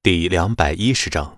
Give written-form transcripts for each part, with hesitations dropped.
第210章。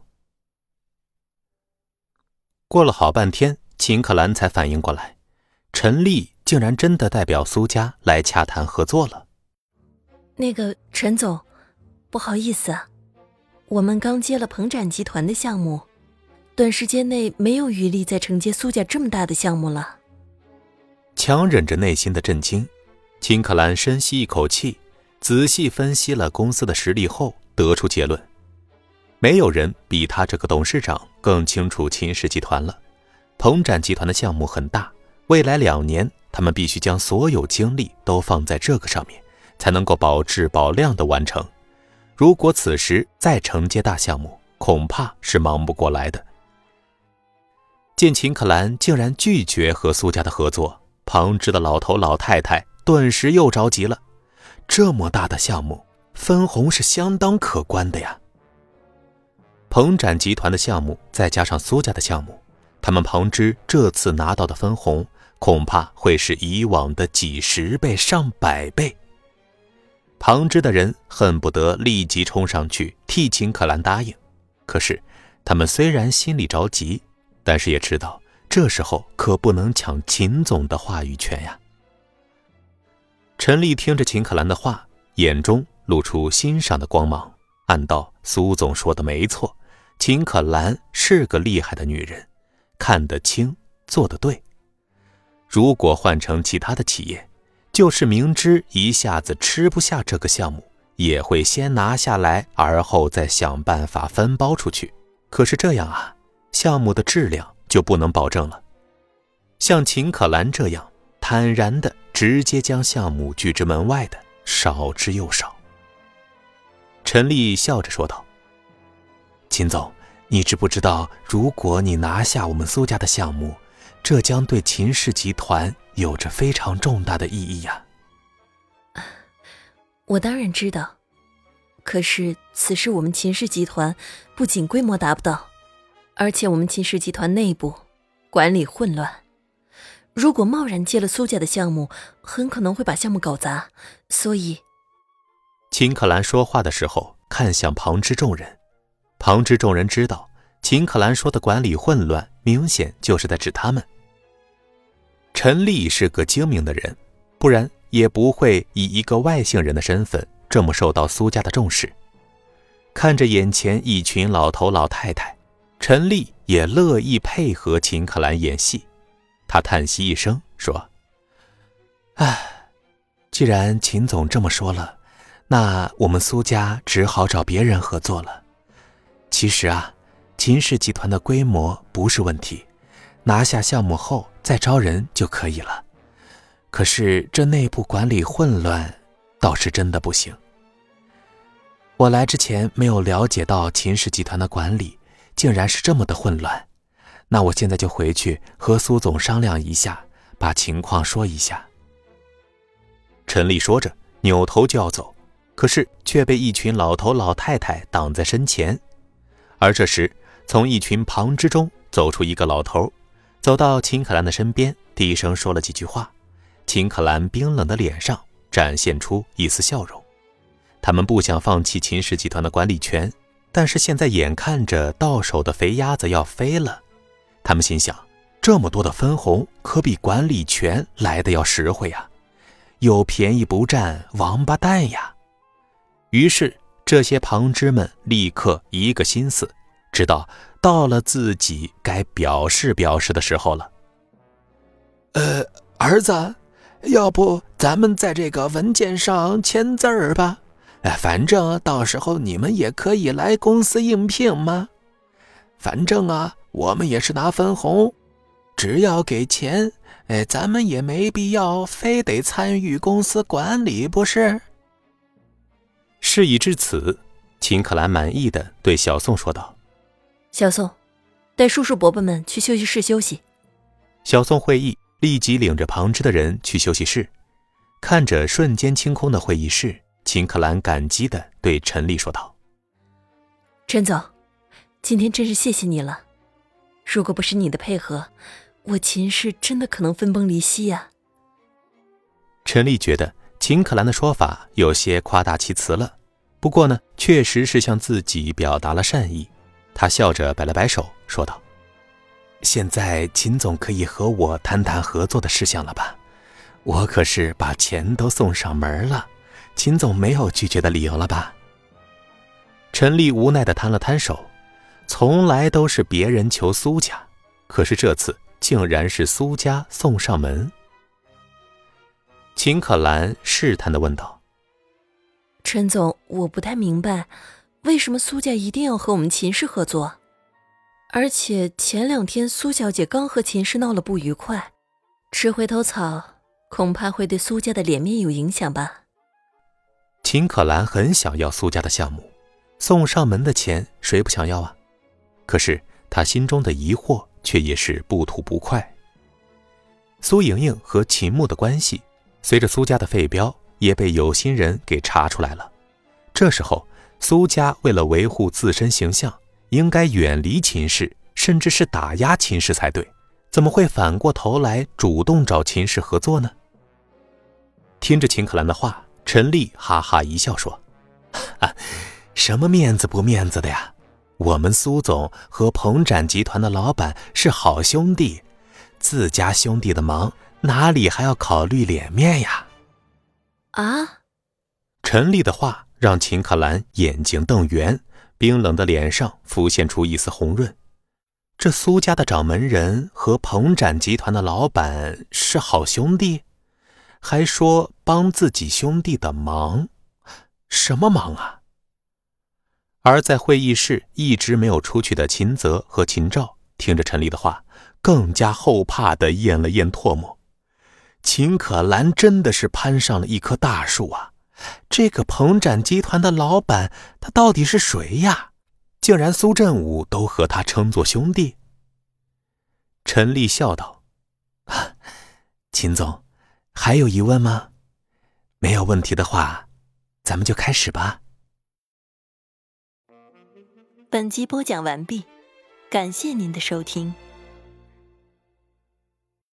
过了好半天，秦可兰才反应过来，陈丽竟然真的代表苏家来洽谈合作了。 那个陈总，不好意思啊，我们刚接了鹏展集团的项目，短时间内没有余力再承接苏家这么大的项目了。 强忍着内心的震惊，秦可兰深吸一口气，仔细分析了公司的实力后得出结论，没有人比他这个董事长更清楚秦氏集团了。鹏展集团的项目很大，未来2年他们必须将所有精力都放在这个上面，才能够保质保量地完成。如果此时再承接大项目，恐怕是忙不过来的。见秦可兰竟然拒绝和苏家的合作，旁支的老头老太太顿时又着急了。这么大的项目，分红是相当可观的呀。鹏展集团的项目再加上苏家的项目，他们旁支这次拿到的分红恐怕会是以往的几十倍上百倍。旁支的人恨不得立即冲上去替秦可兰答应，可是他们虽然心里着急，但是也知道这时候可不能抢秦总的话语权呀。陈丽听着秦可兰的话，眼中露出欣赏的光芒，暗道苏总说的没错，秦可兰是个厉害的女人，看得清，做得对。如果换成其他的企业，就是明知一下子吃不下这个项目，也会先拿下来，而后再想办法分包出去。可是这样啊，项目的质量就不能保证了。像秦可兰这样坦然地直接将项目拒之门外的少之又少。陈丽笑着说道：秦总，你知不知道，如果你拿下我们苏家的项目，这将对秦氏集团有着非常重大的意义呀。 我当然知道，可是此时我们秦氏集团不仅规模达不到，而且我们秦氏集团内部管理混乱，如果贸然接了苏家的项目，很可能会把项目搞砸，所以…… 秦可兰说话的时候看向旁支众人，旁支众人知道秦可兰说的管理混乱，明显就是在指他们。陈丽是个精明的人，不然也不会以一个外姓人的身份这么受到苏家的重视。看着眼前一群老头老太太，陈丽也乐意配合秦可兰演戏。他叹息一声说：唉，既然秦总这么说了，那我们苏家只好找别人合作了。其实啊，秦氏集团的规模不是问题，拿下项目后再招人就可以了。可是这内部管理混乱倒是真的不行。我来之前没有了解到秦氏集团的管理竟然是这么的混乱，那我现在就回去和苏总商量一下，把情况说一下。陈丽说着扭头就要走，可是却被一群老头老太太挡在身前。而这时从一群旁支中走出一个老头，走到秦可兰的身边，低声说了几句话。秦可兰冰冷的脸上展现出一丝笑容。他们不想放弃秦氏集团的管理权，但是现在眼看着到手的肥鸭子要飞了，他们心想，这么多的分红可比管理权来的要实惠呀，有便宜不占王八蛋呀。于是这些旁支们立刻一个心思，知道到了自己该表示表示的时候了。 儿子，要不咱们在这个文件上签字儿吧？反正到时候你们也可以来公司应聘嘛。反正啊，我们也是拿分红，只要给钱，咱们也没必要非得参与公司管理，不是？ 事已至此，秦可兰满意地对小宋说道： 小宋，带叔叔伯伯们去休息室休息。 小宋会意，立即领着旁支的人去休息室。看着瞬间清空的会议室，秦可兰感激地对陈丽说道： 陈总，今天真是谢谢你了，如果不是你的配合，我秦氏真的可能分崩离析呀。 陈丽觉得秦可兰的说法有些夸大其词了， 不过呢，确实是向自己表达了善意。他笑着摆了摆手，说道：“现在秦总可以和我谈谈合作的事项了吧？我可是把钱都送上门了，秦总没有拒绝的理由了吧？”陈丽无奈地摊了摊手，从来都是别人求苏家，可是这次竟然是苏家送上门。秦可兰试探地问道：“ 陈总，我不太明白，为什么苏家一定要和我们秦氏合作？而且前2天苏小姐刚和秦氏闹了不愉快，吃回头草恐怕会对苏家的脸面有影响吧？” 秦可兰很想要苏家的项目，送上门的钱谁不想要啊？可是她心中的疑惑却也是不吐不快。苏莹莹和秦牧的关系随着苏家的废标也被有心人给查出来了。这时候苏家为了维护自身形象，应该远离秦氏，甚至是打压秦氏才对，怎么会反过头来主动找秦氏合作呢？听着秦可兰的话，陈丽哈哈一笑说：“什么面子不面子的呀？我们苏总和鹏展集团的老板是好兄弟，自家兄弟的忙哪里还要考虑脸面呀？” 啊！ 陈丽的话让秦可兰眼睛瞪圆，冰冷的脸上浮现出一丝红润。这苏家的掌门人和鹏展集团的老板是好兄弟，还说帮自己兄弟的忙，什么忙啊？而在会议室一直没有出去的秦泽和秦照听着陈丽的话，更加后怕地咽了咽唾沫。秦可兰真的是攀上了一棵大树啊！这个鹏展集团的老板，他到底是谁呀？竟然苏振武都和他称作兄弟。陈丽笑道：“秦总，还有疑问吗？没有问题的话，咱们就开始吧。” 本集播讲完毕，感谢您的收听。